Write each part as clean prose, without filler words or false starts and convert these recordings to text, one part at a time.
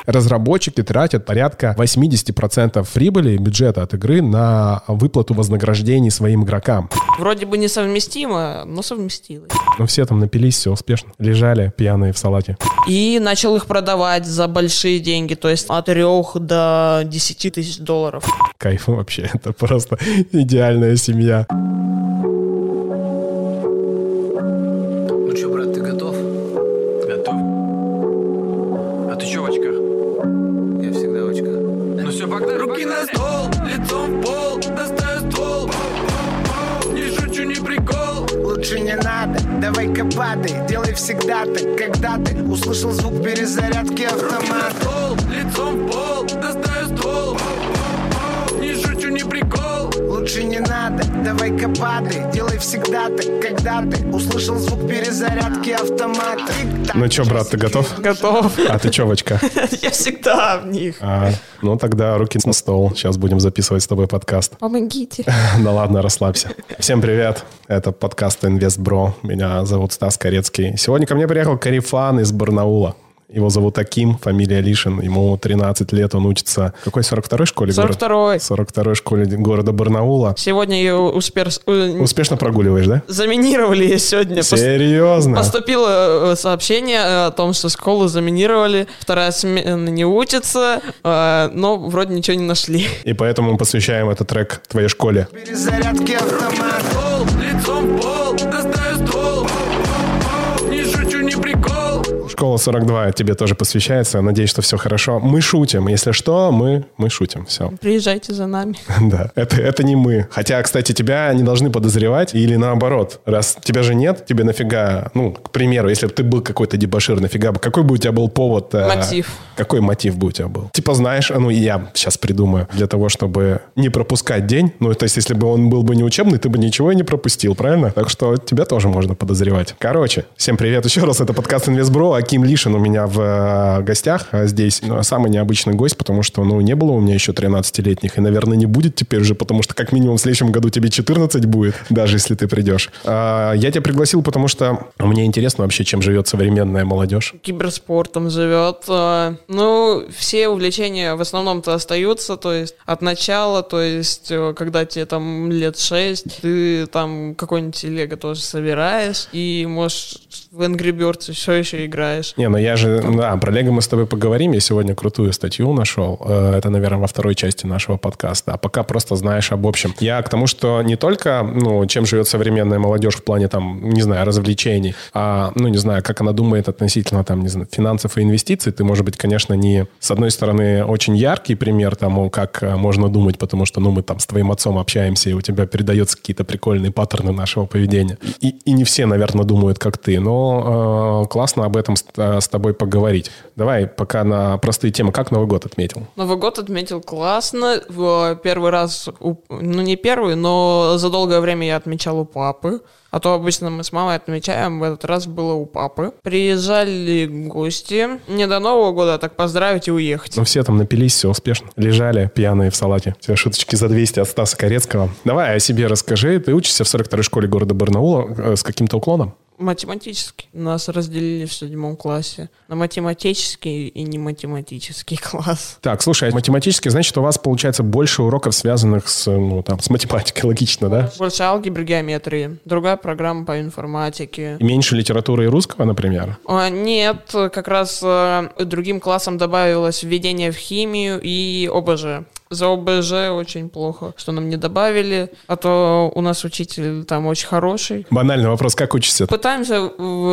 Разработчики тратят порядка 80% прибыли бюджета от игры на выплату вознаграждений своим игрокам. Вроде бы несовместимо, но совместилось. Но все там напились, все успешно. Лежали пьяные в салате. И начал их продавать за большие деньги, то есть от 3 до 10 тысяч долларов. Кайф вообще, это просто идеальная семья. Ну что, брат, ты готов? Готов. А ты что в очках? Я всегда в очках. Ну все, погнали. Руки на стол, лицом в пол, достаю ствол. Не шучу, не прикол. Лучше не надо, давай-ка падай. Делай всегда так, когда ты услышал звук перезарядки автомата. Лицом в пол, достаю ствол. Не шучу, не прикол. Лучше не надо, давай-ка падай. Делай всегда так, когда ты услышал звук перезарядки автомата. Ну что, брат, ты готов? Готов. А ты что в очках? Я всегда в них. Ну тогда руки на стол. Сейчас будем записывать с тобой подкаст. Помогите. Да ладно, расслабься. Всем привет. Это подкаст InvestBro. Меня зовут Стас Корецкий. Сегодня ко мне приехал Карифан из Барнаула. Его зовут Аким, фамилия Лишин. Ему 13 лет, он учится в какой 42-й школе? 42-й. 42-й школе города Барнаула. Сегодня ее Успешно прогуливаешь, да? заминировали сегодня. Серьезно? Поступило сообщение о том, что школу заминировали, вторая смена не учится, но вроде ничего не нашли. И поэтому мы посвящаем этот трек твоей школе. Перезарядки автомата. Лицом в пол, достаю ствол. Не шучу, не прикол. Школа 42 тебе тоже посвящается. Надеюсь, что все хорошо. Мы шутим. Если что, мы шутим. Все. Приезжайте за нами. Да, это не мы. Хотя, кстати, тебя не должны подозревать. Или наоборот. Раз тебя же нет, тебе нафига... Ну, к примеру, если бы ты был какой-то дебошир, нафига бы... Какой бы у тебя был повод... Мотив. Какой мотив бы у тебя был? Типа, знаешь, ну, я сейчас придумаю. Для того, чтобы не пропускать день. Ну, то есть, если бы он был бы не учебный, ты бы ничего и не пропустил, правильно? Так что тебя тоже можно подозревать. Короче, всем привет еще раз. Это подкаст InvestBro. Аким Лишин у меня в гостях здесь. Самый необычный гость, потому что, не было у меня еще 13-летних. И, наверное, не будет теперь уже, потому что как минимум в следующем году тебе 14 будет, даже если ты придешь. Я тебя пригласил, потому что мне интересно вообще, чем живет современная молодежь. Киберспортом живет. Все увлечения в основном-то остаются, то есть от начала, то есть когда тебе там лет 6, ты там какой-нибудь Лего тоже собираешь, и можешь в Angry Birds все еще играешь. Про Лего мы с тобой поговорим. Я сегодня крутую статью нашел. Это, наверное, во второй части нашего подкаста. А пока просто знаешь об общем. Я к тому, что не только, чем живет современная молодежь в плане, развлечений, а, как она думает относительно, финансов и инвестиций. Ты, может быть, конечно, не, с одной стороны, очень яркий пример тому, как можно думать, потому что, мы с твоим отцом общаемся, и у тебя передаются какие-то прикольные паттерны нашего поведения. И не все, наверное, думают, как ты. Но классно об этом с тобой поговорить. Давай пока на простые темы. Как Новый год отметил? Новый год отметил классно. Первый раз, не первый, но за долгое время я отмечал у папы. А то обычно мы с мамой отмечаем, в этот раз было у папы. Приезжали гости. Не до Нового года, так поздравить и уехать. Все там напились, все успешно. Лежали пьяные в салате. Все шуточки за 200 от Стаса Корецкого. Давай о себе расскажи. Ты учишься в 42-й школе города Барнаула с каким-то уклоном? Математический. Нас разделили в 7 классе на математический и не математический класс. Так, слушай, математический, значит, у вас, получается, больше уроков, связанных с математикой, логично, да? Больше алгебры, геометрии. Другая программа по информатике. И меньше литературы и русского, например? Нет, как раз другим классом добавилось введение в химию и ОБЖ. За ОБЖ очень плохо, что нам не добавили, а то у нас учитель там очень хороший. Банальный вопрос, как учишься? Пытаемся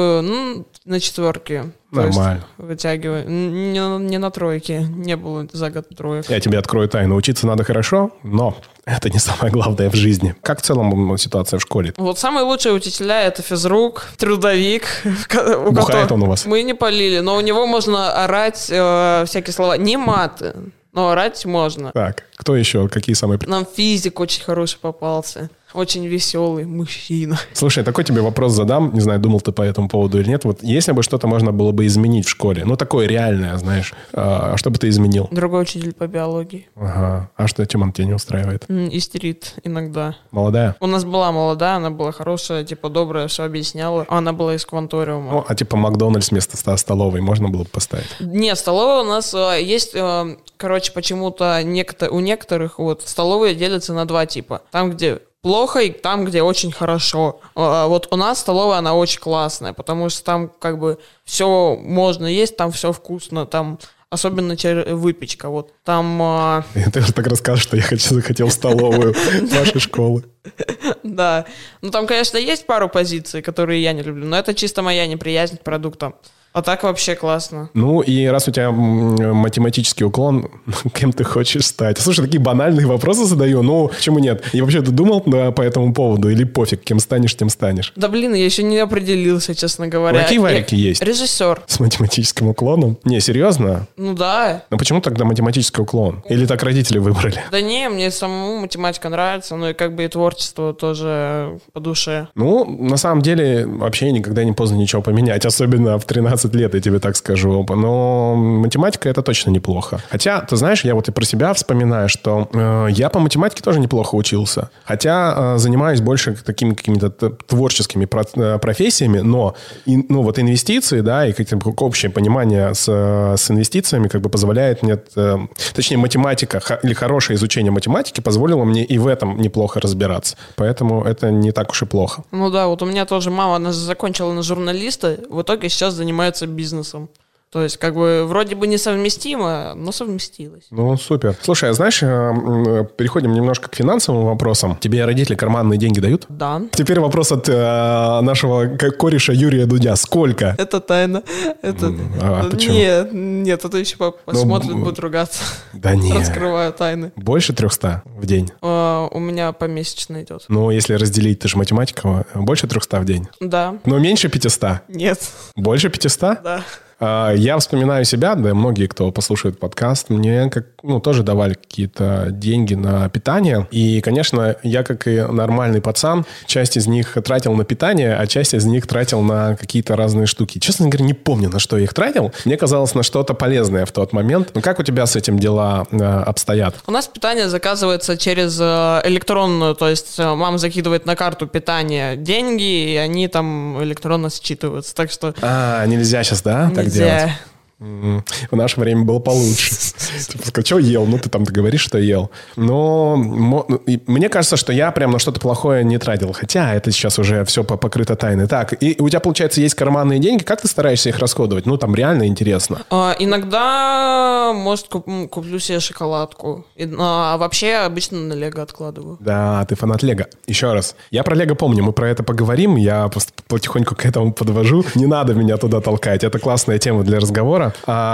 на 4. Нормально. Вытягиваем. Не на 3. Не было за год 3. Я тебе открою тайну. Учиться надо хорошо, но это не самое главное в жизни. Как в целом ситуация в школе? Самые лучшие учителя — это физрук, трудовик. Бухает он у вас? Мы не полили, но у него можно орать всякие слова. Не маты. Но орать можно. Так, кто еще? Какие самые... Нам физик очень хороший попался. очень веселый мужчина. Слушай, такой тебе вопрос задам. Не знаю, думал ты по этому поводу или нет. Вот если бы что-то можно было бы изменить в школе, ну, такое реальное, знаешь, что бы ты изменил? Другой учитель по биологии. Ага. А что, чем он тебя не устраивает? Истерит иногда. Молодая? У нас была молодая, она была хорошая, типа добрая, все объясняла. Она была из кванториума. Ну, а типа Макдональдс вместо столовой можно было бы поставить? Нет, столовая у нас есть, короче, почему-то у некоторых вот столовые делятся на два типа. Там, где плохо, и там, где очень хорошо. Вот у нас столовая, она очень классная, потому что там как бы все можно есть, там все вкусно, там особенно выпечка. Вот там... Ты же так рассказываешь, что я захотел в столовую вашей школы. Да. Ну, там, конечно, есть пару позиций, которые я не люблю, но это чисто моя неприязнь к продуктам. А так вообще классно. Ну, и раз у тебя математический уклон, кем ты хочешь стать? Слушай, такие банальные вопросы задаю, ну, почему нет? И вообще, ты думал по этому поводу или пофиг, кем станешь, тем станешь? Да, блин, я еще не определился, честно говоря. Какие варики есть? Режиссер. С математическим уклоном? Не, серьезно? Ну да. Ну, почему тогда математический уклон? Или так родители выбрали? Да не, мне самому математика нравится, ну и как бы и творчество тоже по душе. Ну, на самом деле, вообще никогда не поздно ничего поменять, особенно в 13 лет, я тебе так скажу. Но математика — это точно неплохо. Хотя, ты знаешь, я вот и про себя вспоминаю, что я по математике тоже неплохо учился. Хотя занимаюсь больше такими какими-то творческими профессиями, но вот инвестиции, да, и какое-то общее понимание с инвестициями как бы позволяет мне... Точнее, математика или хорошее изучение математики позволило мне и в этом неплохо разбираться. Поэтому это не так уж и плохо. Ну да, вот у меня тоже мама, она закончила на журналиста, в итоге сейчас занимается бизнесом. То есть, как бы, вроде бы несовместимо, но совместилось. Ну, супер. Слушай, а знаешь, переходим немножко к финансовым вопросам. Тебе родители карманные деньги дают? Да. Теперь вопрос от нашего кореша Юрия Дудя. Сколько? Это тайна. Почему? Нет, это еще посмотрят, будут ругаться. Да нет. Раскрываю тайны. Больше 300 в день? У меня помесячно идет. Ну, если разделить, ты же математика, больше 300 в день? Да. Но меньше 500? Нет. Больше 500? Да. Я вспоминаю себя, да, многие, кто послушает подкаст, мне тоже давали какие-то деньги на питание. И, конечно, я, как и нормальный пацан, часть из них тратил на питание, а часть из них тратил на какие-то разные штуки. Честно говоря, не помню, на что я их тратил. Мне казалось, на что-то полезное в тот момент. Ну, как у тебя с этим дела обстоят? У нас питание заказывается через электронную, то есть мама закидывает на карту питания деньги, и они там электронно считываются. Так что... нельзя сейчас, да, так делать? В наше время было получше. Типа, что ел? Ну, ты там говоришь, что ел. Но мне кажется, что я прям на что-то плохое не тратил. Хотя это сейчас уже все покрыто тайной. Так, и у тебя, получается, есть карманные деньги. Как ты стараешься их расходовать? Ну, там реально интересно. Иногда, может, куплю себе шоколадку. А вообще обычно на Лего откладываю. Да, ты фанат Лего. Еще раз. Я про Лего помню. Мы про это поговорим. Я просто потихоньку к этому подвожу. Не надо меня туда толкать. Это классная тема для разговора.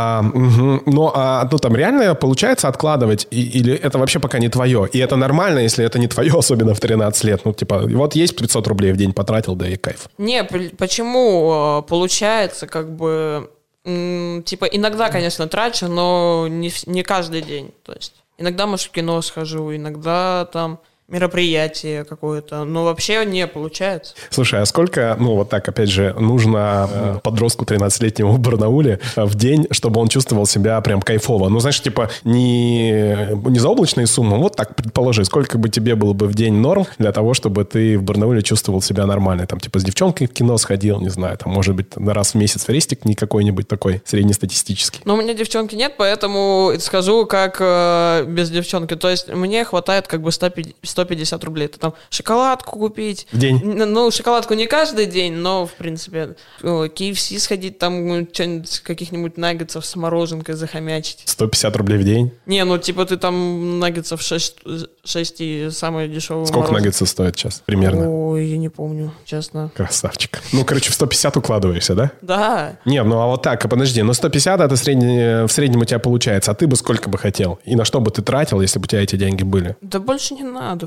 Там реально получается откладывать? Или это вообще пока не твое? И это нормально, если это не твое, особенно в 13 лет? Ну, типа, вот есть 500 рублей в день потратил, да и кайф. Не, почему? Получается, как бы... Типа, иногда, конечно, трачу, но не каждый день. То есть, иногда, может, в кино схожу, иногда там... мероприятие какое-то, но вообще не получается. Слушай, а сколько, вот так, опять же, нужно подростку 13-летнему в Барнауле в день, чтобы он чувствовал себя прям кайфово? Ну, знаешь, типа, не заоблачные суммы, вот так предположи, сколько бы тебе было бы в день норм для того, чтобы ты в Барнауле чувствовал себя нормально? Там, типа, с девчонкой в кино сходил, не знаю, там, может быть, раз в месяц рестик не какой-нибудь такой среднестатистический. Но у меня девчонки нет, поэтому скажу, как без девчонки. То есть мне хватает как бы 150 рублей. Это там шоколадку купить. В день? Ну, шоколадку не каждый день, но, в принципе, KFC сходить, там что-нибудь, каких-нибудь наггетсов с мороженкой захомячить. 150 рублей в день? Не, ну, типа, ты там наггетсов 6 и самые дешевые. Сколько наггетсов стоит сейчас примерно? Ой, я не помню, честно. Красавчик. Ну, короче, в 150 укладываешься, да? Да. Не, ну, а вот так, подожди, 150 это в среднем у тебя получается, а ты бы сколько бы хотел? И на что бы ты тратил, если бы у тебя эти деньги были? Да больше не надо,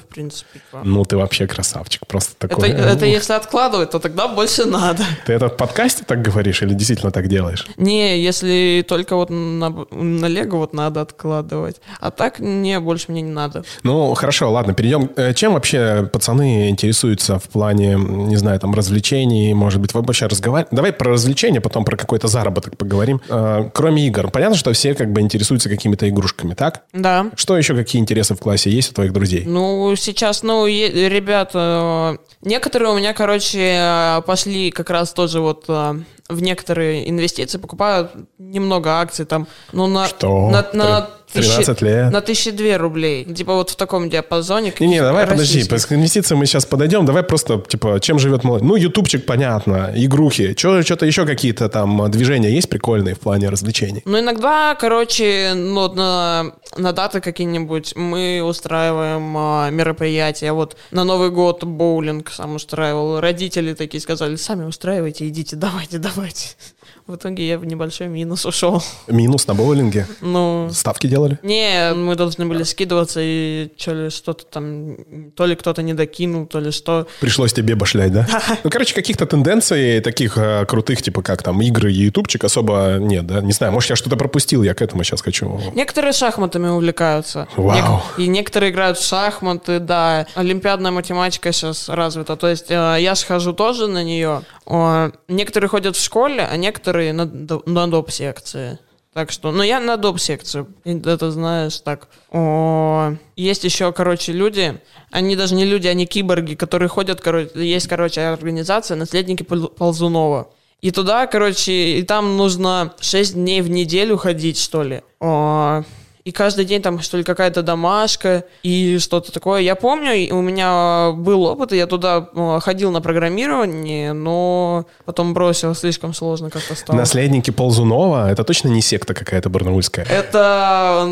в принципе. Ну, ты вообще красавчик, просто такой. Это если откладывать, то тогда больше надо. Ты это в подкасте так говоришь или действительно так делаешь? Не, если только вот на Лего вот надо откладывать. А так, больше мне не надо. Ну, хорошо, ладно, перейдем. Чем вообще пацаны интересуются в плане, не знаю, там, развлечений, может быть, вы вообще разговариваете? Давай про развлечения, потом про какой-то заработок поговорим. Кроме игр. Понятно, что все как бы интересуются какими-то игрушками, так? Да. Что еще, какие интересы в классе есть у твоих друзей? Ну, сейчас, ребята, некоторые у меня, пошли как раз тоже вот в некоторые инвестиции, покупают немного акций там, Что? на 13 лет. На 1002 рублей. Типа вот в таком диапазоне. Не, давай, российских. подожди, к инвестициям мы сейчас подойдем. Давай просто, типа, чем живет молодежь? Ну, ютубчик, понятно, игрухи. Что-то еще какие-то там движения есть прикольные в плане развлечений? Ну, иногда, на даты какие-нибудь мы устраиваем мероприятия. Вот на Новый год боулинг сам устраивал. Родители такие сказали, сами устраивайте, идите, давайте. В итоге я в небольшой минус ушел. Минус на боулинге? Ну... Ставки делали? Не, мы должны были скидываться, и что-то там, то ли кто-то не докинул, то ли что. Пришлось тебе башлять, да? Ну, короче, каких-то тенденций таких крутых, типа как там игры и ютубчик особо нет, да? Не знаю, может, я что-то пропустил, я к этому сейчас хочу. Некоторые шахматами увлекаются. Вау. И некоторые играют в шахматы, да. Олимпиадная математика сейчас развита. То есть я схожу тоже на нее. Некоторые ходят в школе, а некоторые на доп-секции. Так что, я на доп-секцию, это знаешь, так. Есть еще, люди, они даже не люди, они киборги, которые ходят, есть, организация «Наследники Ползунова». И туда, и там нужно 6 дней в неделю ходить, что ли. И каждый день там, что ли, какая-то домашка и что-то такое. Я помню, у меня был опыт, и я туда ходил на программирование, но потом бросил, слишком сложно как-то стало. Наследники Ползунова? Это точно не секта какая-то барнаульская? Это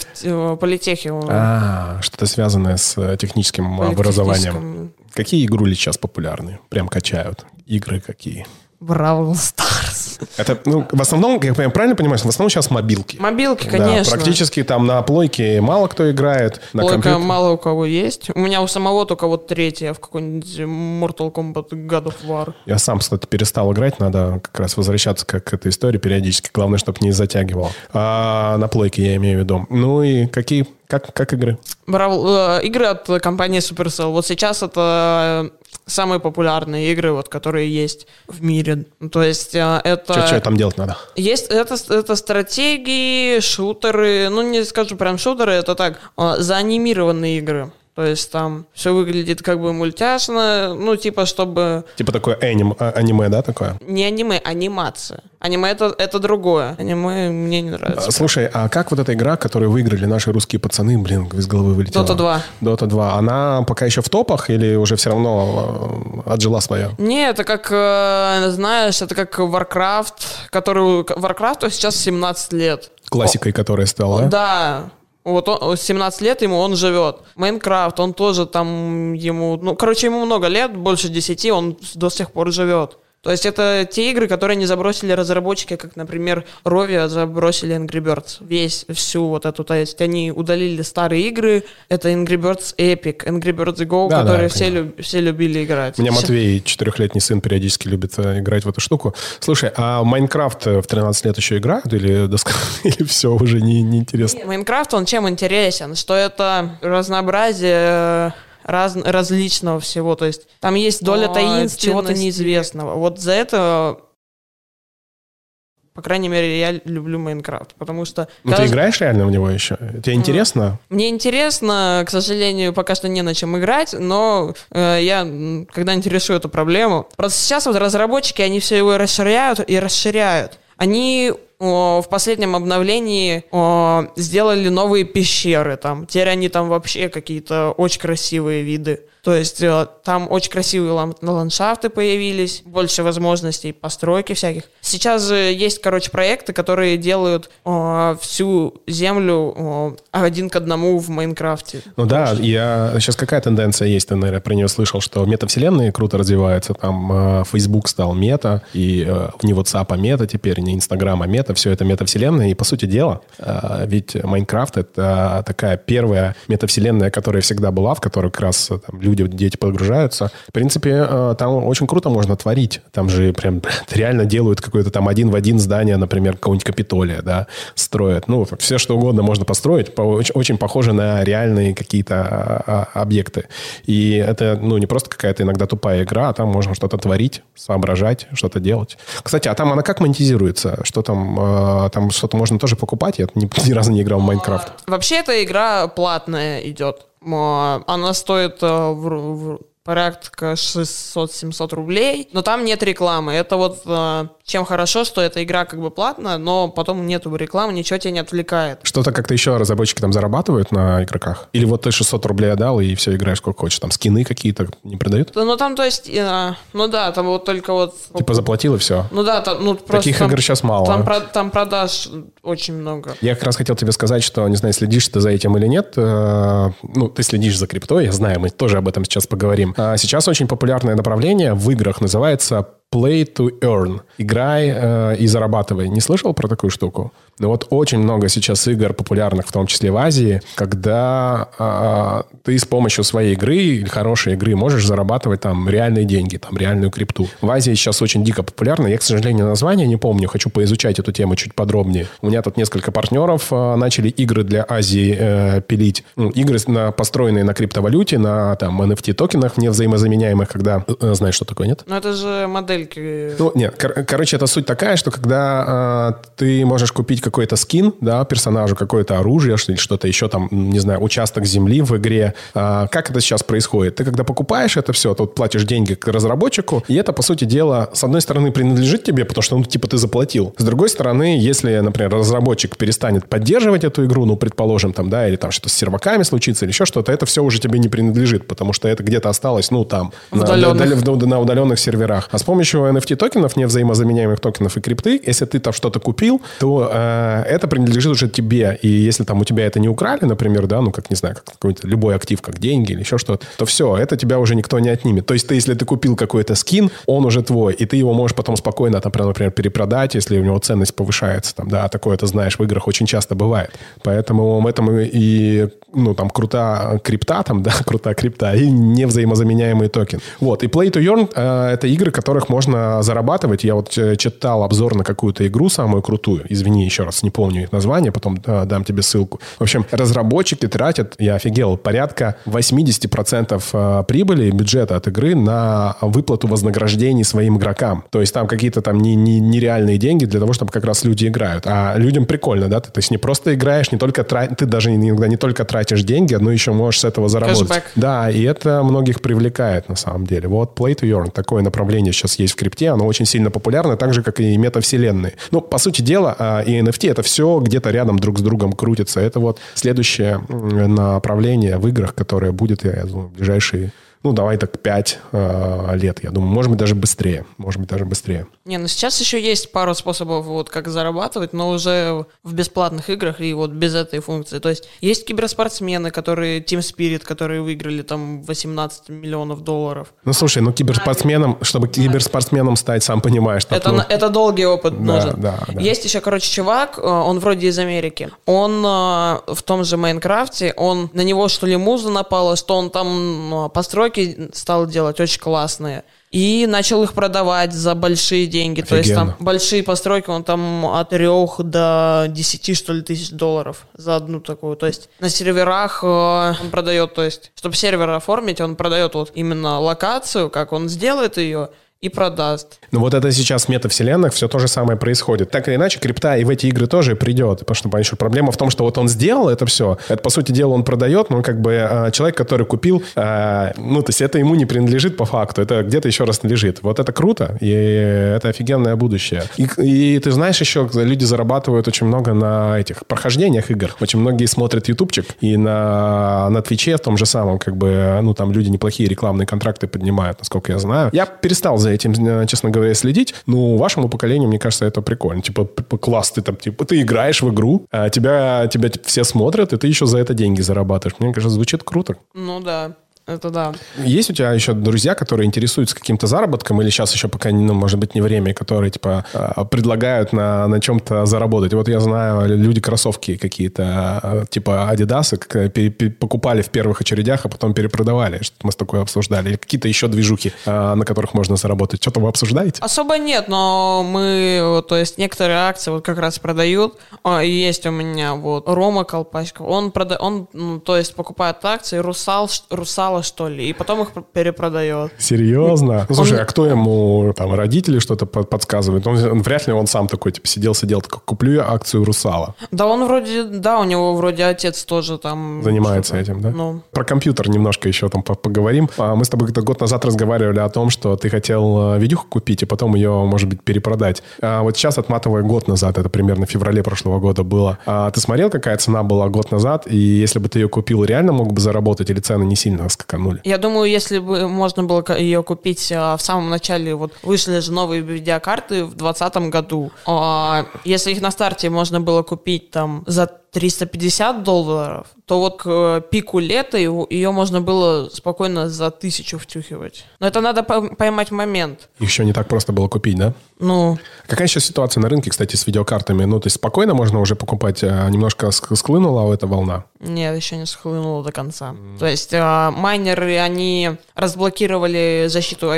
в политехе. Что-то связанное с техническим образованием. Какие игрули сейчас популярны? Прям качают. Игры какие? Бравл Старс. Это, в основном, я правильно понимаю, в основном сейчас мобилки. Мобилки, конечно. Да, практически там на плойке мало кто играет. На плойка мало у кого есть. У меня у самого только вот третья в какой-нибудь Mortal Kombat God of War. Я сам, кстати, перестал играть. Надо как раз возвращаться к этой истории периодически. Главное, чтобы не затягивал. На плойке я имею в виду. Ну и какие... Как игры? Игры от компании Supercell. Вот сейчас это самые популярные игры, которые есть в мире. То есть это... Что там делать надо? Есть это стратегии, шутеры. Не скажу прям шутеры, это так, заанимированные игры. То есть там все выглядит как бы мультяшно, чтобы... Типа такое аниме, да, такое? Не аниме, анимация. Аниме это другое. Аниме мне не нравится. Слушай, а как вот эта игра, которую выиграли наши русские пацаны, из головы вылетела? Dota 2. Dota 2. Она пока еще в топах или уже все равно отжила свое? Не, это как, знаешь, это как Warcraft, Warcraft'у сейчас 17 лет. Классикой, которая стала, да? Да. Вот он, 17 лет ему, он живет. Майнкрафт, он тоже там ему... ему много лет, больше 10, он до сих пор живет. То есть это те игры, которые не забросили разработчики, как, например, Rovio забросили Angry Birds. Всю вот эту, то есть они удалили старые игры. Это Angry Birds Epic, Angry Birds Go, которые все любили играть. У меня Матвей, 4-летний сын, периодически любит играть в эту штуку. Слушай, а Майнкрафт в 13 лет еще играют или все уже не интересно? Майнкрафт, он чем интересен? Что это разнообразие... различного всего, то есть там есть доля таинств, чего-то неизвестного. Вот за это, по крайней мере, я люблю Майнкрафт, потому что... Ты играешь реально в него еще? Тебе интересно? Мне интересно, к сожалению, пока что не на чем играть, но я когда-нибудь решу эту проблему. Просто сейчас вот разработчики, они все его расширяют и расширяют. Они в последнем обновлении сделали новые пещеры там. Теперь они там вообще какие-то очень красивые виды. То есть там очень красивые ландшафты появились, больше возможностей постройки всяких. Сейчас же есть, проекты, которые делают всю землю один к одному в Майнкрафте. Ну да, сейчас какая тенденция есть, ты, наверное, про нее слышал, что метавселенные круто развиваются, там Facebook стал мета, и не WhatsApp, а мета теперь, не Instagram, а мета, все это метавселенная, и по сути дела, ведь Майнкрафт — это такая первая метавселенная, которая всегда была, в которую как раз там, люди, дети погружаются. В принципе, там очень круто можно творить, там же прям реально делают какое-то там один в один здание, например, какого-нибудь Капитолия, да, строят, ну, все что угодно можно построить, очень похоже на реальные какие-то объекты. И это, ну, не просто какая-то иногда тупая игра, а там можно что-то творить, соображать, что-то делать. Кстати, а там она как монетизируется? Что там? Там что-то можно тоже покупать? Я ни разу не играл в Майнкрафт. Вообще, эта игра платная идет. Она стоит порядка 600-700 рублей, но там нет рекламы. Это вот чем хорошо, что эта игра как бы платная, но потом нету рекламы, ничего тебя не отвлекает. Что-то как-то еще разработчики там зарабатывают на игроках? Или вот ты 600 рублей отдал и все, играешь сколько хочешь? Там скины какие-то не продают? Ну там, то есть, ну да, там вот только вот... Типа заплатил и все? Ну да, там, ну просто... Таких игр сейчас мало. Там продаж очень много. Я как раз хотел тебе сказать, что, не знаю, следишь ты за этим или нет. Ну, ты следишь за криптой, я знаю, мы тоже об этом сейчас поговорим. Сейчас очень популярное направление в играх называется Play to Earn. Играй и зарабатывай. Не слышал про такую штуку? Ну вот очень много сейчас игр популярных, в том числе в Азии, когда ты с помощью своей игры или хорошей игры можешь зарабатывать там реальные деньги, там реальную крипту. В Азии сейчас очень дико популярно. Я, к сожалению, название не помню. Хочу поизучать эту тему чуть подробнее. У меня тут несколько партнеров начали игры для Азии пилить. Ну, игры, построенные на криптовалюте, на там NFT-токенах невзаимозаменяемых, когда... Знаешь, что такое, нет? Ну это же модельки. Ну, нет, короче, это суть такая, что когда ты можешь купить какой-то скин, да, персонажу, какое-то оружие или что-то еще там, не знаю, участок земли в игре. Как это сейчас происходит? Ты когда покупаешь это все, тут платишь деньги к разработчику, и это, по сути дела, с одной стороны, принадлежит тебе, потому что, ну, типа, ты заплатил. С другой стороны, если, например, разработчик перестанет поддерживать эту игру, ну, предположим, там, да, или там что-то с серваками случится, или еще что-то, это все уже тебе не принадлежит, потому что это где-то осталось, ну, там, на удаленных серверах. А с помощью NFT-токенов, невзаимозаменяемых токенов и крипты, если ты там что-то купил, то это принадлежит уже тебе. И если там у тебя это не украли, например, да, ну, как, не знаю, как какой-то любой актив, как деньги или еще что-то, то все, это тебя уже никто не отнимет. То есть если ты купил какой-то скин, он уже твой, и ты его можешь потом спокойно, там, например, перепродать, если у него ценность повышается. Там, да, такое, ты знаешь, в играх очень часто бывает. Поэтому в этом и, ну, там, крута крипта, там, да, крутая крипта, и невзаимозаменяемый токен. Вот, и Play to Earn это игры, которых можно зарабатывать. Я вот читал обзор на какую-то игру самую крутую. Извини, еще раз, не помню их название, потом дам тебе ссылку. В общем, разработчики тратят, я офигел, порядка 80% прибыли, бюджета от игры на выплату вознаграждений своим игрокам. То есть там какие-то там нереальные деньги для того, чтобы как раз люди играют. А людям прикольно, да? Ты не просто играешь, не только ты даже иногда не только тратишь деньги, но еще можешь с этого заработать. Кэшбэк. Да, и это многих привлекает на самом деле. Вот Play to Earn, такое направление сейчас есть в крипте, оно очень сильно популярно, так же, как и метавселенные. Ну, по сути дела, и NFT это все где-то рядом друг с другом крутится. Это вот следующее направление в играх, которое будет, я думаю, в ближайшие, ну, давай так 5 лет, я думаю. Может быть, даже быстрее. Не, ну сейчас еще есть пару способов, вот, как зарабатывать, но уже в бесплатных играх и вот без этой функции. То есть есть киберспортсмены, которые, Team Spirit, которые выиграли там 18 миллионов $. Ну, слушай, ну, киберспортсменом, чтобы киберспортсменом стать, сам понимаешь. Это долгий опыт нужен. Да. Есть еще, чувак, он вроде из Америки. Он в том же Майнкрафте, на него, что ли, муза напала, что он там постройки стал делать очень классные. И начал их продавать за большие деньги. Офигенно. То есть там большие постройки, он там от 3 до 10, что ли, тысяч $, за одну такую. То есть на серверах он продает, то есть, чтобы сервер оформить, он продает вот именно локацию, как он сделает ее, и продаст. Ну вот это сейчас в метавселенных все то же самое происходит. Так или иначе, крипта и в эти игры тоже придет. Потому что, понимаешь, проблема в том, что вот он сделал это все. Это, по сути дела, он продает, но как бы человек, который купил, то есть это ему не принадлежит по факту. Это где-то еще раз лежит. Вот это круто, и это офигенное будущее. И ты знаешь, еще люди зарабатывают очень много на этих прохождениях игр. Очень многие смотрят ютубчик, и на Твиче в том же самом, как бы, там люди неплохие рекламные контракты поднимают, насколько я знаю. Я перестал за этим, честно говоря, следить. Ну, вашему поколению, мне кажется, это прикольно. Типа, класс, ты играешь в игру, а тебя все смотрят, и ты еще за это деньги зарабатываешь. Мне кажется, звучит круто. Ну да. Это да. Есть у тебя еще друзья, которые интересуются каким-то заработком, или сейчас еще пока, может быть, не время, которые, типа, предлагают на чем-то заработать? Вот я знаю, люди кроссовки какие-то, типа, Адидасы, покупали в первых очередях, а потом перепродавали. Что-то мы с такое обсуждали. Или какие-то еще движухи, на которых можно заработать. Что-то вы обсуждаете? Особо нет, но мы, то есть, некоторые акции вот как раз продают. Есть у меня вот Рома Колпачков. Он то есть, покупает акции Русала, что ли, и потом их перепродает. Серьезно? Ну, слушай, а кто ему, там, родители что-то подсказывают? Вряд ли он сам такой, типа, сидел, такой, куплю я акцию Русала. Да, у него вроде отец тоже там... Занимается этим, да? Ну. Про компьютер немножко еще там поговорим. Мы с тобой год назад разговаривали о том, что ты хотел видюху купить, и потом ее, может быть, перепродать. Вот сейчас, отматывая год назад, это примерно в феврале прошлого года было, ты смотрел, какая цена была год назад, и если бы ты ее купил, реально мог бы заработать, или цены не сильно скаканули? Я думаю, если бы можно было ее купить в самом начале, вот вышли же новые видеокарты в 2020 году. Если их на старте можно было купить там за $350, то вот к пику лета ее можно было спокойно за 1000 втюхивать. Но это надо поймать момент. Их еще не так просто было купить, да? Ну. Какая сейчас ситуация на рынке, кстати, с видеокартами? Ну, то есть спокойно можно уже покупать? Немножко схлынула эта волна? Нет, еще не схлынула до конца. То есть майнеры, они разблокировали защиту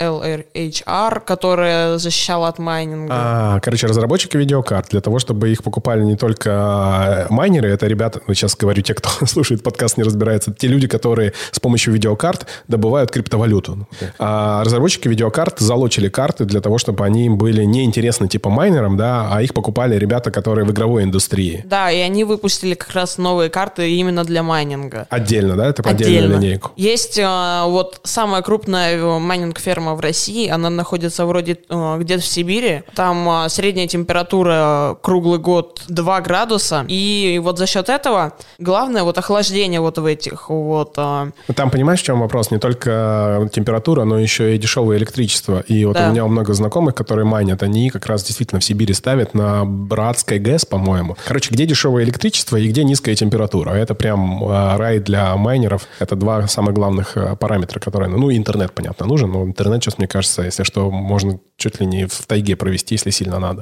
LRHR, которая защищала от майнинга. Короче, разработчики видеокарт, для того, чтобы их покупали не только майнеры, это ребята, сейчас говорю, те, кто слушает подкаст, не разбирается, те люди, которые с помощью видеокарт добывают криптовалюту. А разработчики видеокарт залочили карты для того, чтобы они им были неинтересны типа майнерам, да, а их покупали ребята, которые в игровой индустрии. Да, и они выпустили как раз новые карты именно для майнинга. Отдельно, да? Это отдельную линейку. Есть вот самая крупная майнинг-ферма в России, она находится вроде где-то в Сибири. Там средняя температура круглый год 2 градуса. И вот за счет этого главное вот охлаждение вот в этих вот... Там, понимаешь, в чем вопрос? Не только температура, но еще и дешевое электричество. И вот у меня много знакомых, которые майнят, они как раз действительно в Сибири ставят на Братской ГЭС, по-моему. Короче, где дешевое электричество и где низкая температура. Это прям рай для майнеров. Это два самых главных параметра, которые... Ну, интернет, понятно, нужен, но интернет сейчас, мне кажется, если что, можно чуть ли не в тайге провести, если сильно надо.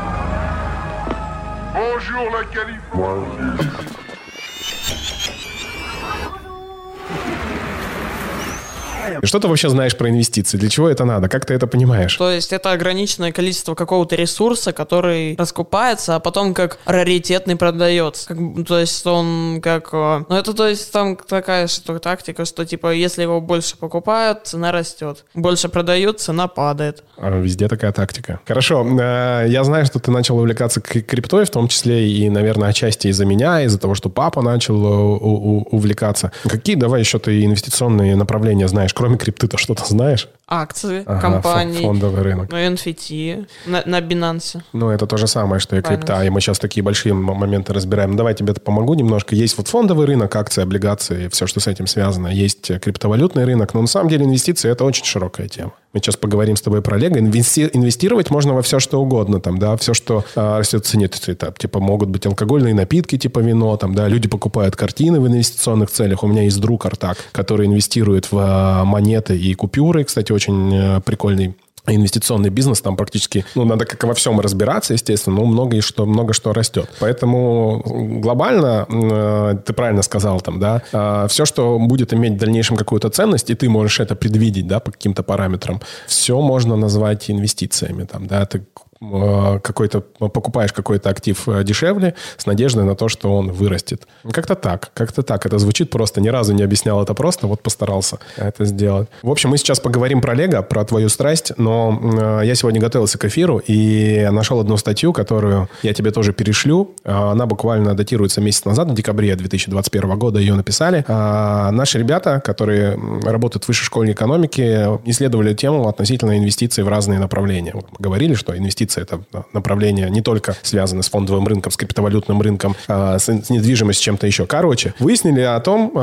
Что ты вообще знаешь про инвестиции? Для чего это надо? Как ты это понимаешь? То есть это ограниченное количество какого-то ресурса, который раскупается, а потом как раритетный продается. То есть он как... Ну это то есть там такая что тактика, что типа если его больше покупают, цена растет. Больше продают, цена падает. Везде такая тактика. Хорошо. Я знаю, что ты начал увлекаться криптой, в том числе и, наверное, отчасти из-за меня, из-за того, что папа начал увлекаться. Какие, давай, еще ты инвестиционные направления знаешь? Кроме крипты-то что-то знаешь? Акции, компании. Фондовый рынок. NFT на Binance. Ну, это то же самое, что и крипта. И мы сейчас такие большие моменты разбираем. Давай тебе помогу немножко. Есть вот фондовый рынок, акции, облигации, все, что с этим связано. Есть криптовалютный рынок. Но на самом деле инвестиции – это очень широкая тема. Мы сейчас поговорим с тобой про Лего. Инвестировать можно во все, что угодно. Там, да, все, что растет в цене. Типа могут быть алкогольные напитки, типа вино. Там, да, люди покупают картины в инвестиционных целях. У меня есть друг Артак, который инвестирует в монеты и купюры. Кстати, очень прикольный инвестиционный бизнес, там практически, надо как во всем разбираться, естественно, но много что растет. Поэтому глобально, ты правильно сказал там, да, все, что будет иметь в дальнейшем какую-то ценность, и ты можешь это предвидеть, да, по каким-то параметрам, все можно назвать инвестициями, там, да, ты покупаешь какой-то актив дешевле с надеждой на то, что он вырастет. Как-то так. Это звучит просто. Ни разу не объяснял это просто, вот постарался это сделать. В общем, мы сейчас поговорим про Лего, про твою страсть, но я сегодня готовился к эфиру и нашел одну статью, которую я тебе тоже перешлю. Она буквально датируется месяц назад, в декабре 2021 года ее написали. Наши ребята, которые работают в высшей школе экономики, исследовали тему относительно инвестиций в разные направления. Вот мы говорили, что инвестиции – это направление не только связано с фондовым рынком, с криптовалютным рынком, с недвижимостью, чем-то еще. Короче, выяснили о том,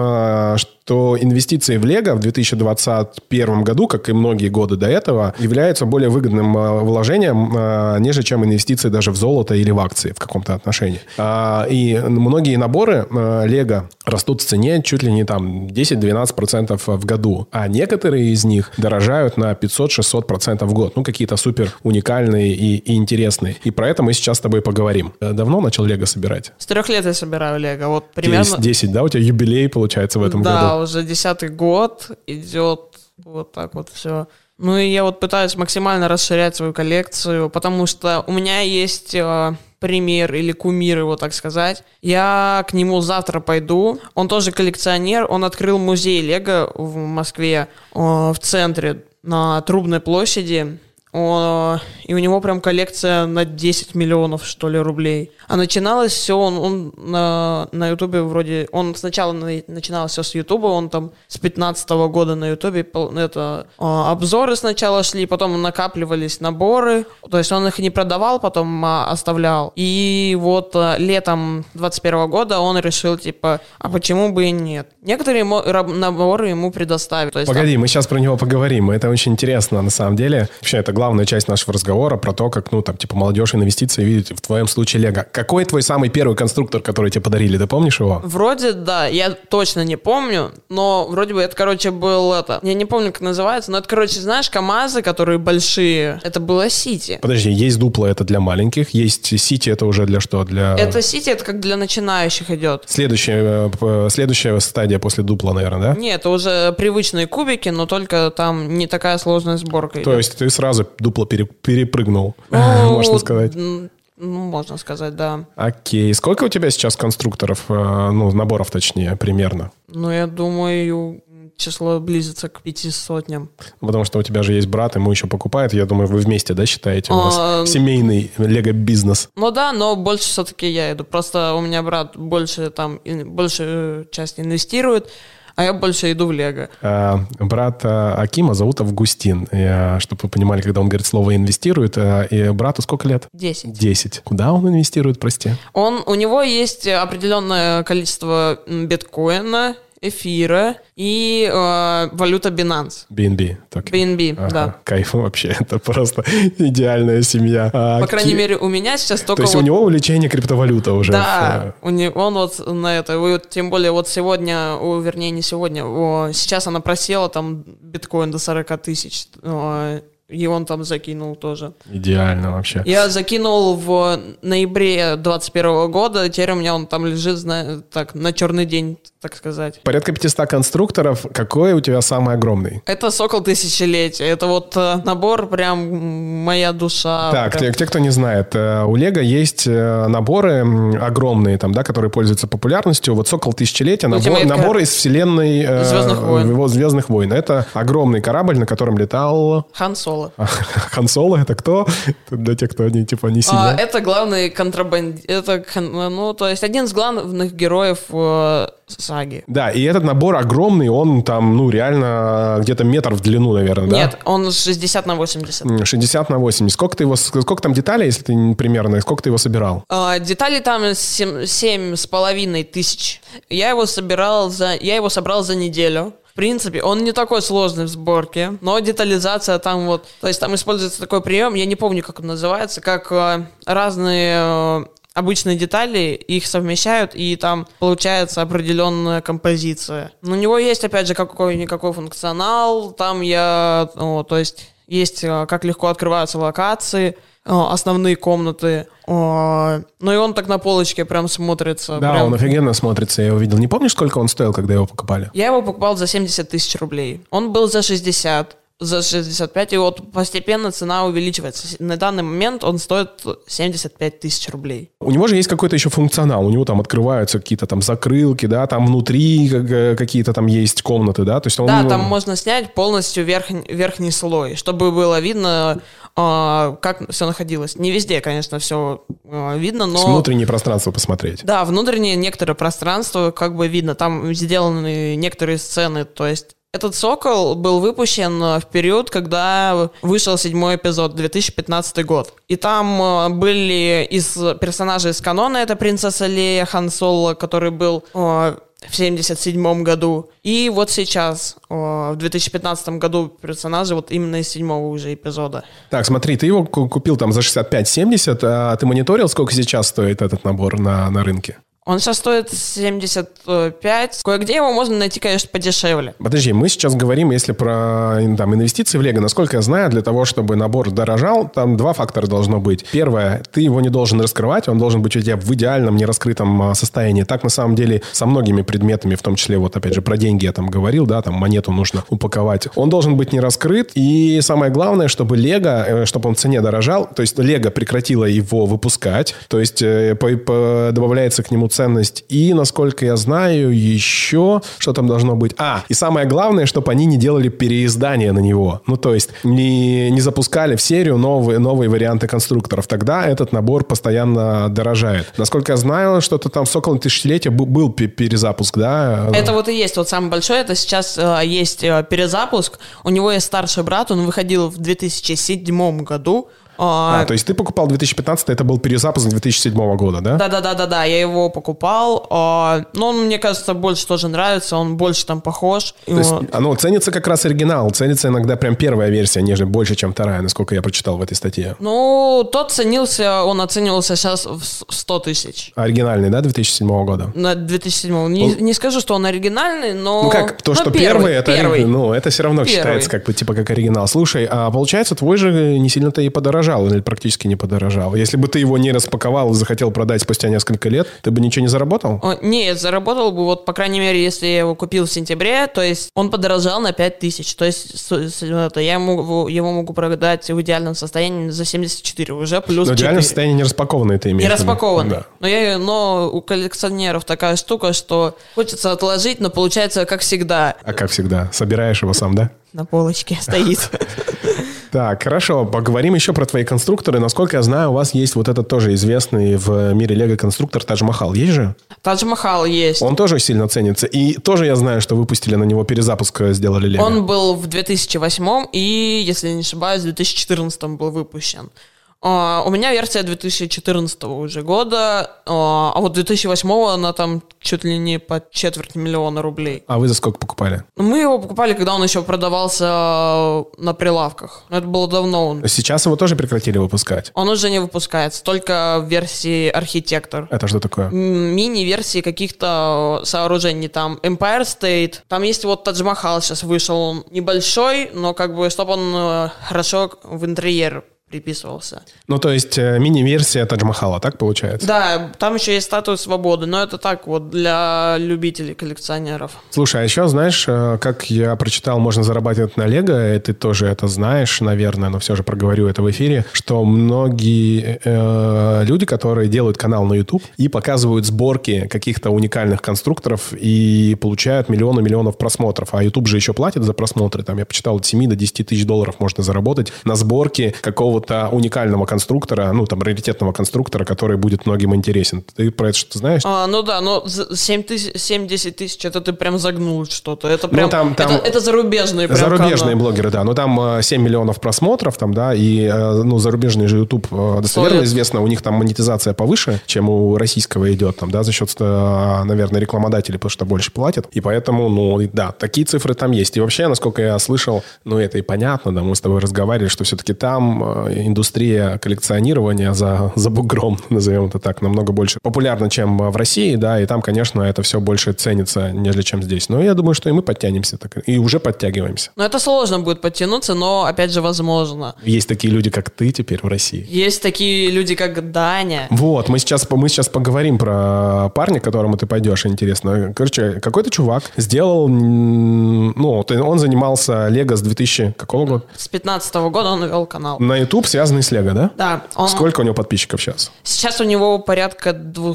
что инвестиции в Лего в 2021 году, как и многие годы до этого, являются более выгодным вложением, нежели чем инвестиции даже в золото или в акции в каком-то отношении. И многие наборы Лего растут в цене чуть ли не там 10-12% в году, а некоторые из них дорожают на 500-600% в год. Ну, какие-то супер уникальные и интересные. И про это мы сейчас с тобой поговорим. Давно начал Лего собирать? С 3 лет я собираю Лего. Вот примерно... 10, да? У тебя юбилей, получается, в этом году? Да, уже 10-й год идет вот так вот все. Ну и я вот пытаюсь максимально расширять свою коллекцию, потому что у меня есть пример или кумир его, так сказать. Я к нему завтра пойду. Он тоже коллекционер. Он открыл музей Лего в Москве, в центре, на Трубной площади. И у него прям коллекция на 10 миллионов, что ли, рублей. А начиналось все, он на Ютубе вроде... Он сначала начинал все с Ютуба, он там с 15-го года на Ютубе обзоры сначала шли, потом накапливались наборы. То есть он их не продавал, потом оставлял. И вот летом 21 года он решил, типа, а почему бы и нет? Некоторые наборы ему предоставят. То есть, погоди, мы сейчас про него поговорим. Это очень интересно, на самом деле. Вообще, это главная часть нашего разговора про то, как, молодежь инвестиции видит в твоем случае Лего. Какой твой самый первый конструктор, который тебе подарили? Ты помнишь его? Вроде, да. Я точно не помню, но вроде бы это, был это... Я не помню, как называется, но это, знаешь, КамАЗы, которые большие. Это было Сити. Подожди, есть дупло, это для маленьких, есть Сити, это уже для что? Это Сити, это как для начинающих идет. Следующая стадия после дупла, наверное, да? Нет, это уже привычные кубики, но только там не такая сложная сборка идет. То есть ты сразу дупло перепрыгнул, можно сказать. Можно сказать, да. Окей. Сколько у тебя сейчас конструкторов, наборов точнее, примерно? Я думаю, число близится к 500. Потому что у тебя же есть брат, ему еще покупает. Я думаю, вы вместе, да, считаете? У вас семейный лего-бизнес. Да, но больше все-таки я иду. Просто у меня брат большую часть инвестирует, а я больше иду в Лего. Брата Акима зовут Августин. Чтобы вы понимали, когда он говорит слово «инвестирует», и брату сколько лет? 10. 10. Куда он инвестирует, прости? У него есть определенное количество биткоина, эфира и валюта Binance. BNB. BNB, да. Кайф вообще. Это просто идеальная семья. По крайней мере, у меня сейчас только... То есть у него увлечение криптовалюта уже. Да, он вот на это... Тем более вот сегодня, вернее, не сегодня, сейчас она просела, там биткоин до 40 тысяч. И он там закинул тоже. Идеально вообще. Я закинул в ноябре 2021 года, теперь у меня он там лежит, на черный день, так сказать. Порядка 500 конструкторов. Какой у тебя самый огромный? Это Сокол Тысячелетия. Это вот набор прям моя душа. Так, те, кто не знает, у Лего есть наборы огромные, там, да, которые пользуются популярностью. Вот Сокол Тысячелетия, набор из вселенной Звездных войн. Это огромный корабль, на котором летал... Хан Соло. Хан Соло это кто? Для тех, кто не сильно. Это главный контрабандист. То есть один из главных героев саги. Да, и этот набор огромный, он там, реально где-то метр в длину, наверное, да? Нет, он 60 на 80. 60 на 80. Сколько там деталей, если ты примерно, сколько ты его собирал? Деталей там 7,5 тысяч. Я его собрал за неделю. В принципе, он не такой сложный в сборке, но детализация там вот... То есть там используется такой прием, я не помню, как он называется, как разные обычные детали, их совмещают, и там получается определенная композиция. Но у него есть, опять же, какой-никакой функционал, там то есть есть как легко открываются локации, основные комнаты. И он так на полочке прям смотрится. Да, он офигенно смотрится, я его видел. Не помнишь, сколько он стоил, когда его покупали? Я его покупал за 70 тысяч рублей. Он был за 60. За 65, и вот постепенно цена увеличивается. На данный момент он стоит 75 тысяч рублей. У него же есть какой-то еще функционал. У него там открываются какие-то там закрылки, да, там внутри какие-то там есть комнаты, да? То есть он... Да, там можно снять полностью верхний слой, чтобы было видно, как все находилось. Не везде, конечно, все видно, но... Внутреннее пространство посмотреть. Да, внутреннее некоторое пространство как бы видно. Там сделаны некоторые сцены, то есть этот «Сокол» был выпущен в период, когда вышел 7-й эпизод, 2015 год. И там были из персонажей из канона, это принцесса Лея, Хан Соло, который был в 1977 году. И вот сейчас, в 2015 году, персонажи вот именно из 7-го уже эпизода. Так, смотри, ты его купил там за 65-70, а ты мониторил, сколько сейчас стоит этот набор на рынке? Он сейчас стоит 75. Кое-где его можно найти, конечно, подешевле. Подожди, мы сейчас говорим, если про там, инвестиции в Лего. Насколько я знаю, для того, чтобы набор дорожал, там два фактора должно быть. Первое, ты его не должен раскрывать, он должен быть у тебя в идеальном, нераскрытом состоянии. Так, на самом деле, со многими предметами, в том числе, вот опять же, про деньги я там говорил, да, там монету нужно упаковать. Он должен быть не раскрыт. И самое главное, чтобы Лего, чтобы он в цене дорожал, то есть Лего прекратила его выпускать, то есть добавляется к нему ценность. И, насколько я знаю, еще что там должно быть? И самое главное, чтобы они не делали переиздания на него. Ну, то есть не запускали в серию новые варианты конструкторов. Тогда этот набор постоянно дорожает. Насколько я знаю, что-то там в «Соколе тысячелетия» был перезапуск, да? Это вот и есть вот самый большой. Это сейчас есть перезапуск. У него есть старший брат, он выходил в 2007 году. То есть ты покупал 2015, это был перезапуск 2007 года, да? Да, я его покупал. Но он, мне кажется, больше тоже нравится, он больше там похож. То есть оно ценится как раз оригинал, ценится иногда прям первая версия, нежели больше, чем вторая, насколько я прочитал в этой статье. Ну, тот ценился, он оценивался сейчас в 100 тысяч. Оригинальный, да, 2007 года? На 2007. Не скажу, что он оригинальный, но... Ну как, то, что первый, первый. Ну, это все равно считается как бы типа как оригинал. Слушай, а получается, твой же не сильно-то и подорожал, или практически не подорожал. Если бы ты его не распаковал и захотел продать спустя несколько лет, ты бы ничего не заработал? Нет, заработал бы, вот, по крайней мере, если я его купил в сентябре, то есть он подорожал на 5000. То есть я его могу продать в идеальном состоянии за 74, уже плюс 4. Но в идеальном состоянии не распакованный ты имеешь? Не распакованный. Да. Но у коллекционеров такая штука, что хочется отложить, но получается как всегда. А как всегда? Собираешь его сам, да? На полочке стоит. Так, хорошо, поговорим еще про твои конструкторы. Насколько я знаю, у вас есть вот этот тоже известный в мире Лего конструктор Тадж Махал. Есть же? Тадж Махал есть. Он тоже сильно ценится. И тоже я знаю, что выпустили на него перезапуск, сделали Лего. Он был в 2008 и, если не ошибаюсь, в 2014 был выпущен. У меня версия 2014 уже года, а вот 2008 она там чуть ли не по 250 000 рублей. А вы за сколько покупали? Мы его покупали, когда он еще продавался на прилавках. Это было давно. Сейчас его тоже прекратили выпускать? Он уже не выпускается, только в версии архитектор. Это что такое? Мини-версии каких-то сооружений. Там Empire State, там есть вот Тадж Махал сейчас вышел. Он небольшой, но как бы, чтобы он хорошо в интерьер приписывался. Ну, то есть мини-версия Тадж Махала, так получается? Да, там еще есть статуя свободы, но это так вот для любителей, коллекционеров. Слушай, а еще знаешь, как я прочитал, можно зарабатывать на Лего, и ты тоже это знаешь, наверное, но все же проговорю это в эфире, что многие люди, которые делают канал на YouTube и показывают сборки каких-то уникальных конструкторов и получают миллионов просмотров, а YouTube же еще платит за просмотры, там я почитал, от 7 до 10 тысяч долларов можно заработать на сборке какого-то уникального конструктора, ну, там, раритетного конструктора, который будет многим интересен. Ты про это что-то знаешь? Ну да, но 7-10 тысяч, это ты прям загнул что-то. Это прям, там, это зарубежные прям зарубежные блогеры, да. Но там 7 миллионов просмотров, там, да, и, ну, зарубежный же YouTube достоверно известно, у них там монетизация повыше, чем у российского идет, там, да, за счет, наверное, рекламодателей, потому что больше платят. И поэтому, ну, да, такие цифры там есть. И вообще, насколько я слышал, ну, это и понятно, да, мы с тобой разговаривали, что все-таки там индустрия коллекционирования за бугром, назовем это так, намного больше популярна, чем в России, да, и там, конечно, это все больше ценится, нежели чем здесь. Но я думаю, что и мы подтянемся, так, и уже подтягиваемся. Ну, это сложно будет подтянуться, но, опять же, возможно. Есть такие люди, как ты теперь в России. Есть такие люди, как Даня. Вот, мы сейчас поговорим про парня, к которому ты пойдешь, интересно. Короче, какой-то чувак сделал, ну, он занимался Лего с 2000 какого года? С 15-го года он вел канал. На YouTube связанный с Лего, да? Да. Сколько у него подписчиков сейчас? Сейчас у него порядка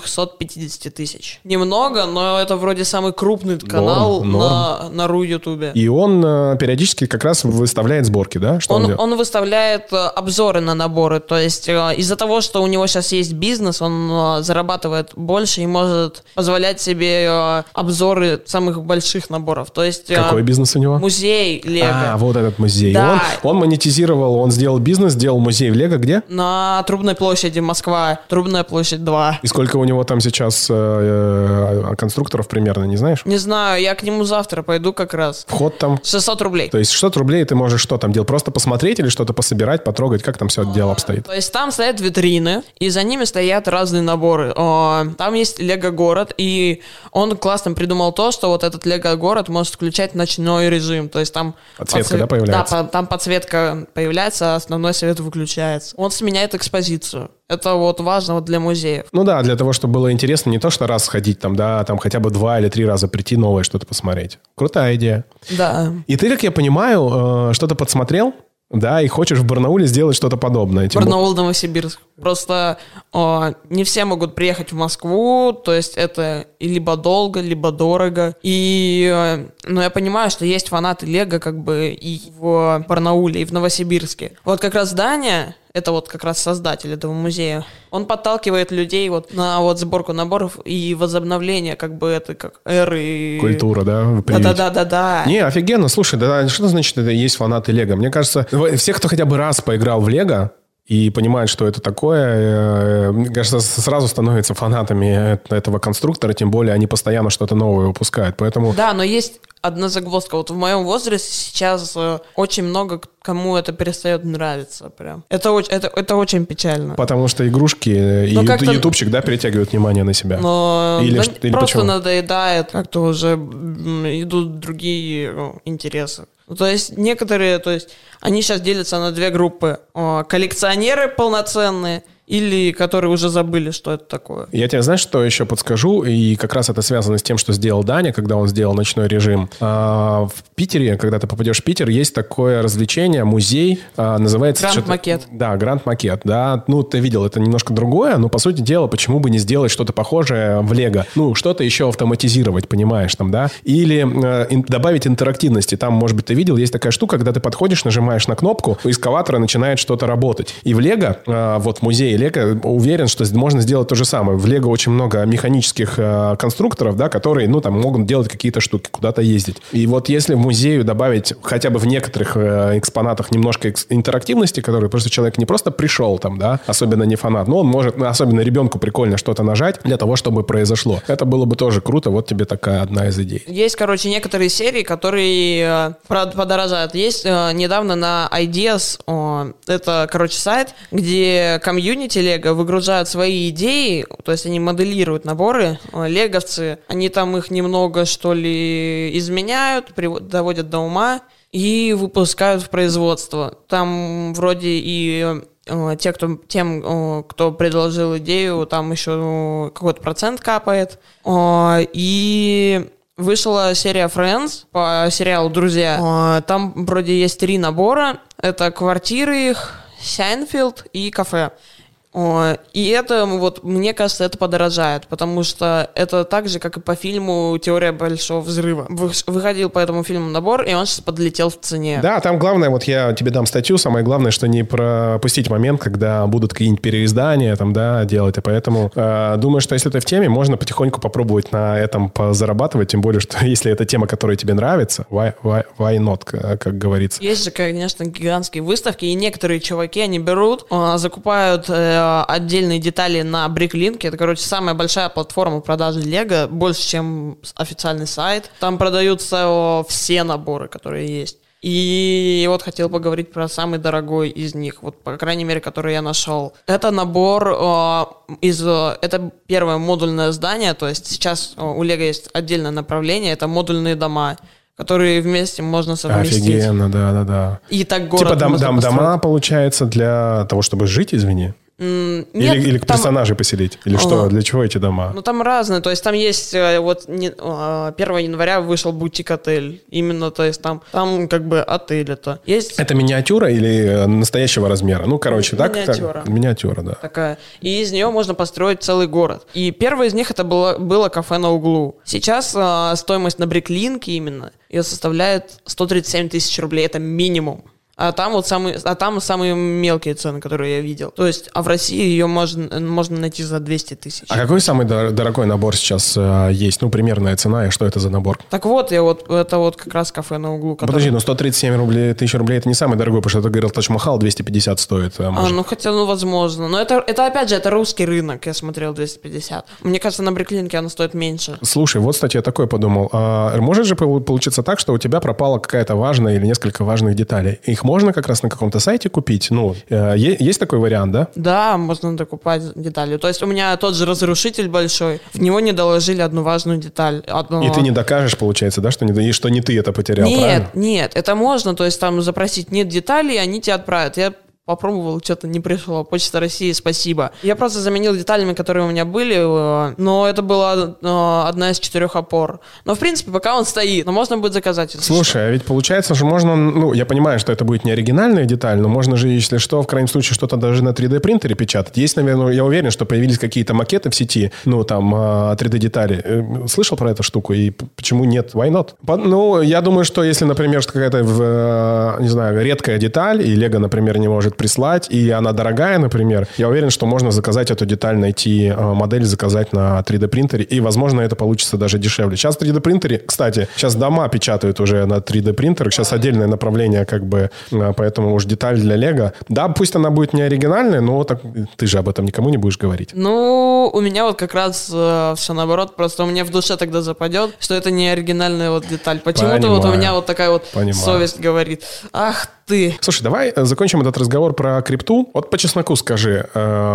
250 тысяч. Немного, но это вроде самый крупный канал на РУ Ютубе. И он периодически как раз выставляет сборки, да? Что он выставляет обзоры на наборы. То есть из-за того, что у него сейчас есть бизнес, он зарабатывает больше и может позволять себе обзоры самых больших наборов. То есть какой бизнес у него? Музей Лего. Вот этот музей. Да. Он монетизировал, он сделал бизнес, сделал музей в Лего где? На Трубной площади, Москва. Трубная площадь 2. И сколько у него там сейчас конструкторов примерно, не знаешь? Не знаю, я к нему завтра пойду как раз. Вход там? 600 рублей. То есть 600 рублей ты можешь что там делать? Просто посмотреть или что-то пособирать, потрогать? Как там все это дело обстоит? То есть там стоят витрины, и за ними стоят разные наборы. Там есть Лего-город, и он классно придумал то, что вот этот Лего-город может включать ночной режим. То есть там... Подсветка, да, появляется? Да, там подсветка появляется, а основной свет выключается. Он сменяет экспозицию. Это вот важно вот для музеев. Ну да, для того, чтобы было интересно, не то, что раз сходить там, да, там хотя бы 2 или 3 раза прийти новое что-то посмотреть. Крутая идея. Да. И ты, как я понимаю, что-то подсмотрел, да, и хочешь в Барнауле сделать что-то подобное. Барнаул, Новосибирск. Просто не все могут приехать в Москву, то есть это либо долго, либо дорого. И, я понимаю, что есть фанаты Лего как бы и в Барнауле, и в Новосибирске. Вот как раз Даня, это вот как раз создатель этого музея, он подталкивает людей вот на вот сборку наборов и возобновление как бы это как эры. Культура, да? Да. Не, офигенно. Слушай, да, что значит это есть фанаты Лего? Мне кажется, все, кто хотя бы раз поиграл в Лего и понимает, что это такое, мне кажется, сразу становятся фанатами этого конструктора, тем более они постоянно что-то новое выпускают, поэтому... Да, но есть одна загвоздка. Вот в моем возрасте сейчас очень много кому это перестает нравиться прям. Это очень печально. Потому что игрушки и ютубчик, да, перетягивают внимание на себя. Или просто почему? Надоедает, как-то уже идут другие интересы. То есть некоторые, они сейчас делятся на 2 группы. Коллекционеры полноценные или которые уже забыли, что это такое. Я тебе, знаешь, что еще подскажу? И как раз это связано с тем, что сделал Даня, когда он сделал ночной режим. В Питере, когда ты попадешь в Питер, есть такое развлечение, музей, называется... Гранд-макет. Да, Гранд-макет, да. Ну, ты видел, это немножко другое, но, по сути дела, почему бы не сделать что-то похожее в Лего? Ну, что-то еще автоматизировать, понимаешь, там, да? Или добавить интерактивности. Там, может быть, ты видел, есть такая штука, когда ты подходишь, нажимаешь на кнопку, у экскаватора начинает что-то работать. И в Лего, вот в музее Лего, уверен, что можно сделать то же самое. В Лего очень много механических конструкторов, да, которые, там могут делать какие-то штуки, куда-то ездить. И вот если в музею добавить хотя бы в некоторых экспонатах немножко интерактивности, которые просто человек не просто пришел там, да, особенно не фанат, но он может, особенно ребенку прикольно что-то нажать для того, чтобы произошло. Это было бы тоже круто. Вот тебе такая одна из идей. Есть, некоторые серии, которые подорожают. Есть недавно на Ideas, это, сайт, где комьюнити Лего выгружают свои идеи, то есть они моделируют наборы, леговцы, они там их немного, что ли, изменяют, доводят до ума и выпускают в производство. Там вроде и тем, кто предложил идею, там еще какой-то процент капает. И вышла серия Friends по сериалу «Друзья». Там вроде есть 3 набора. Это квартиры их, Сайнфилд и кафе. И это, мне кажется, это подорожает, потому что это так же, как и по фильму «Теория большого взрыва». Выходил по этому фильму набор, и он сейчас подлетел в цене. Да, там главное, я тебе дам статью, самое главное, что не пропустить момент, когда будут какие-нибудь переиздания там, да, делать, и поэтому думаю, что если ты в теме, можно потихоньку попробовать на этом позарабатывать, тем более, что если это тема, которая тебе нравится, why not, как говорится. Есть же, конечно, гигантские выставки, и некоторые чуваки, они берут, закупают отдельные детали на Bricklink. Это, самая большая платформа продажи Лего, больше, чем официальный сайт. Там продаются все наборы, которые есть. И вот хотел поговорить про самый дорогой из них, вот, по крайней мере, который я нашел. Это набор это первое модульное здание, то есть сейчас у Лего есть отдельное направление, это модульные дома, которые вместе можно совместить. Офигенно, да. И так город типа можно построить. дома, получается, для того, чтобы жить, извини? Нет, или там, персонажей поселить? Или что? Для чего эти дома? Ну, там разные. То есть там есть... 1 января вышел бутик-отель. Именно, то есть там как бы отель это. Есть... Это миниатюра или настоящего размера? Ну, короче, миниатюра. Так? Миниатюра, да. Такая. И из нее можно построить целый город. И первое из них это было кафе на углу. Сейчас стоимость на Бриклинке именно ее составляет 137 тысяч рублей. Это минимум. А там самые мелкие цены, которые я видел. То есть, а в России ее можно найти за 200 тысяч. А какой самый дорогой набор сейчас есть? Ну, примерная цена, и что это за набор? Так вот, это как раз кафе на углу. Подожди, 137 тысяч рублей это не самый дорогой, потому что ты говорил, Тадж-Махал 250 стоит. Возможно. Но это опять же, это русский рынок, я смотрел 250. Мне кажется, на Бриклинке она стоит меньше. Слушай, вот, кстати, я такой подумал. Может же получиться так, что у тебя пропала какая-то важная или несколько важных деталей? Их можно как раз на каком-то сайте купить? Ну, есть такой вариант, да? Да, можно докупать детали. То есть у меня тот же разрушитель большой, в него не доложили одну важную деталь. И ты не докажешь, получается, да, что не ты это потерял, правильно? Нет, это можно, то есть там запросить нет деталей, они тебе отправят. Я попробовал, что-то не пришло. Почта России, спасибо. Я просто заменил деталями, которые у меня были, но это была одна из 4 опор. Но, в принципе, пока он стоит, но можно будет заказать. Слушай, а ведь получается же можно, ну, я понимаю, что это будет не оригинальная деталь, но можно же, если что, в крайнем случае, что-то даже на 3D-принтере печатать. Есть, наверное, я уверен, что появились какие-то макеты в сети, ну, там, 3D-детали. Слышал про эту штуку? И почему нет? Why not? Ну, я думаю, что если, например, какая-то, не знаю, редкая деталь, и Лего, например, не может прислать, и она дорогая, например, я уверен, что можно заказать эту деталь, найти модель, заказать на 3D-принтере, и, возможно, это получится даже дешевле. Сейчас в 3D-принтере, кстати, сейчас дома печатают уже на 3D-принтерах, сейчас отдельное направление, как бы, поэтому уж деталь для Лего. Да, пусть она будет не оригинальная, но так, ты же об этом никому не будешь говорить. Ну, у меня вот как раз все наоборот, просто у меня в душе тогда западет, что это не оригинальная вот деталь. Почему-то вот у меня вот такая вот совесть говорит, ах ты. Слушай, давай закончим этот разговор про крипту. Вот по чесноку скажи.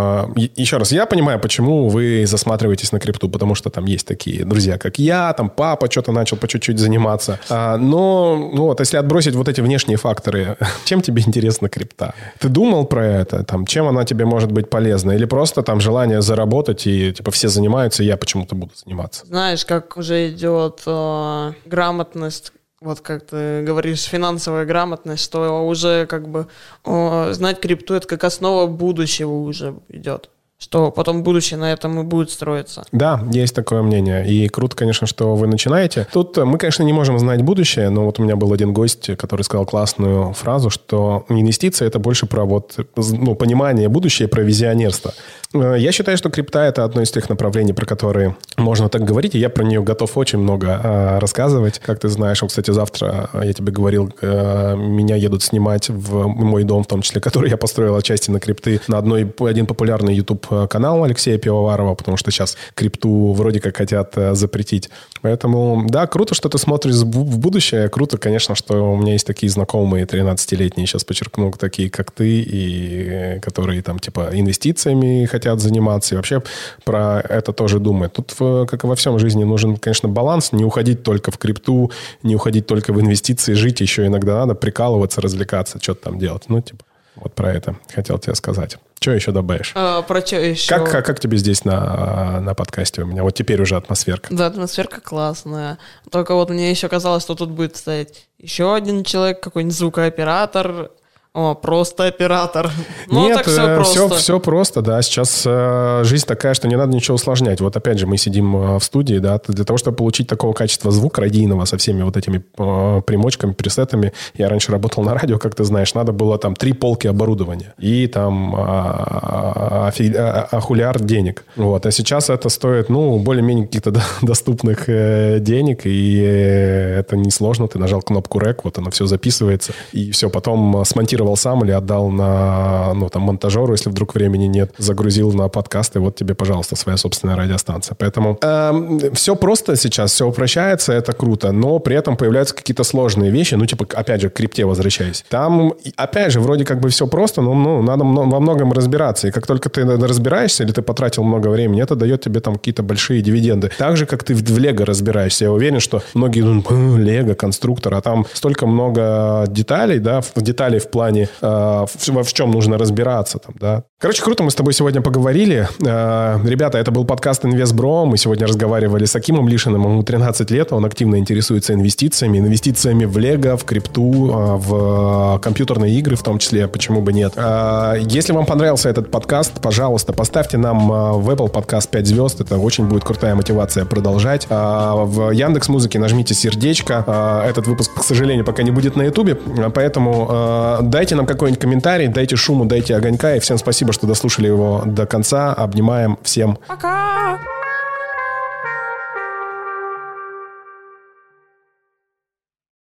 Еще раз, я понимаю, почему вы засматриваетесь на крипту, потому что там есть такие друзья, как я, там папа что-то начал по чуть-чуть заниматься. Но ну вот, если отбросить вот эти внешние факторы, чем тебе интересна крипта? Ты думал про это? Там, чем она тебе может быть полезна? Или просто там желание заработать и типа все занимаются, и я почему-то буду заниматься? Знаешь, как уже идет грамотность, вот как ты говоришь, финансовая грамотность, что уже как бы знать крипту — это как основа будущего уже идет. Что потом будущее на этом и будет строиться. Да, есть такое мнение. И круто, конечно, что вы начинаете. Тут мы, конечно, не можем знать будущее, но вот у меня был один гость, который сказал классную фразу, что инвестиции — это больше про вот, ну, понимание будущего, про визионерство. Я считаю, что крипта — это одно из тех направлений, про которые можно так говорить, и я про нее готов очень много рассказывать. Как ты знаешь, вот, кстати, завтра, я тебе говорил, меня едут снимать в мой дом, в том числе, который я построил отчасти на крипты, на один популярный YouTube-канал Алексея Пивоварова, потому что сейчас крипту вроде как хотят запретить. Поэтому, да, круто, что ты смотришь в будущее. Круто, конечно, что у меня есть такие знакомые 13-летние, сейчас подчеркну, такие, как ты, и которые там типа инвестициями хотят заниматься, и вообще про это тоже думают. Тут, как и во всем в жизни, нужен, конечно, баланс, не уходить только в крипту, не уходить только в инвестиции, жить еще иногда надо, прикалываться, развлекаться, что-то там делать. Ну, типа, вот про это хотел тебе сказать. Что еще добавишь? Про что еще? Как тебе здесь на подкасте у меня? Вот теперь уже атмосферка. Да, атмосферка классная. Только вот мне еще казалось, что тут будет стоять еще один человек, какой-нибудь звукооператор. Просто оператор. Ну, нет, так все просто, да. Сейчас жизнь такая, что не надо ничего усложнять. Вот опять же, мы сидим в студии, да, для того, чтобы получить такого качества звука радийного со всеми вот этими примочками, пресетами. Я раньше работал на радио, как ты знаешь, надо было там 3 полки оборудования и там ахулиард денег. Вот. А сейчас это стоит, ну, более-менее каких-то доступных денег, и это несложно. Ты нажал кнопку REC, вот оно все записывается, и все, потом смонтировал сделал сам или отдал на, монтажеру, если вдруг времени нет, загрузил на подкаст, и вот тебе, пожалуйста, своя собственная радиостанция. Поэтому все просто сейчас, все упрощается, это круто, но при этом появляются какие-то сложные вещи, опять же, к крипте возвращаясь. Там, опять же, вроде как бы все просто, но надо во многом разбираться, и как только ты разбираешься, или ты потратил много времени, это дает тебе там какие-то большие дивиденды. Так же, как ты в Лего разбираешься. Я уверен, что многие думают, Лего, конструктор, а там столько много деталей, да, деталей в плане, в чем нужно разбираться. Там, да. Короче, круто, мы с тобой сегодня поговорили. Ребята, это был подкаст «Инвестбро». Мы сегодня разговаривали с Акимом Лишиным. Ему 13 лет, он активно интересуется инвестициями в Лего, в крипту, в компьютерные игры в том числе, почему бы нет. Если вам понравился этот подкаст, пожалуйста, поставьте нам в Apple подкаст 5 звезд. Это очень будет крутая мотивация продолжать. В Яндекс.Музыке нажмите сердечко. Этот выпуск, к сожалению, пока не будет на Ютубе, поэтому дайте нам какой-нибудь комментарий, дайте шуму, дайте огонька. И всем спасибо, что дослушали его до конца. Обнимаем. Всем пока!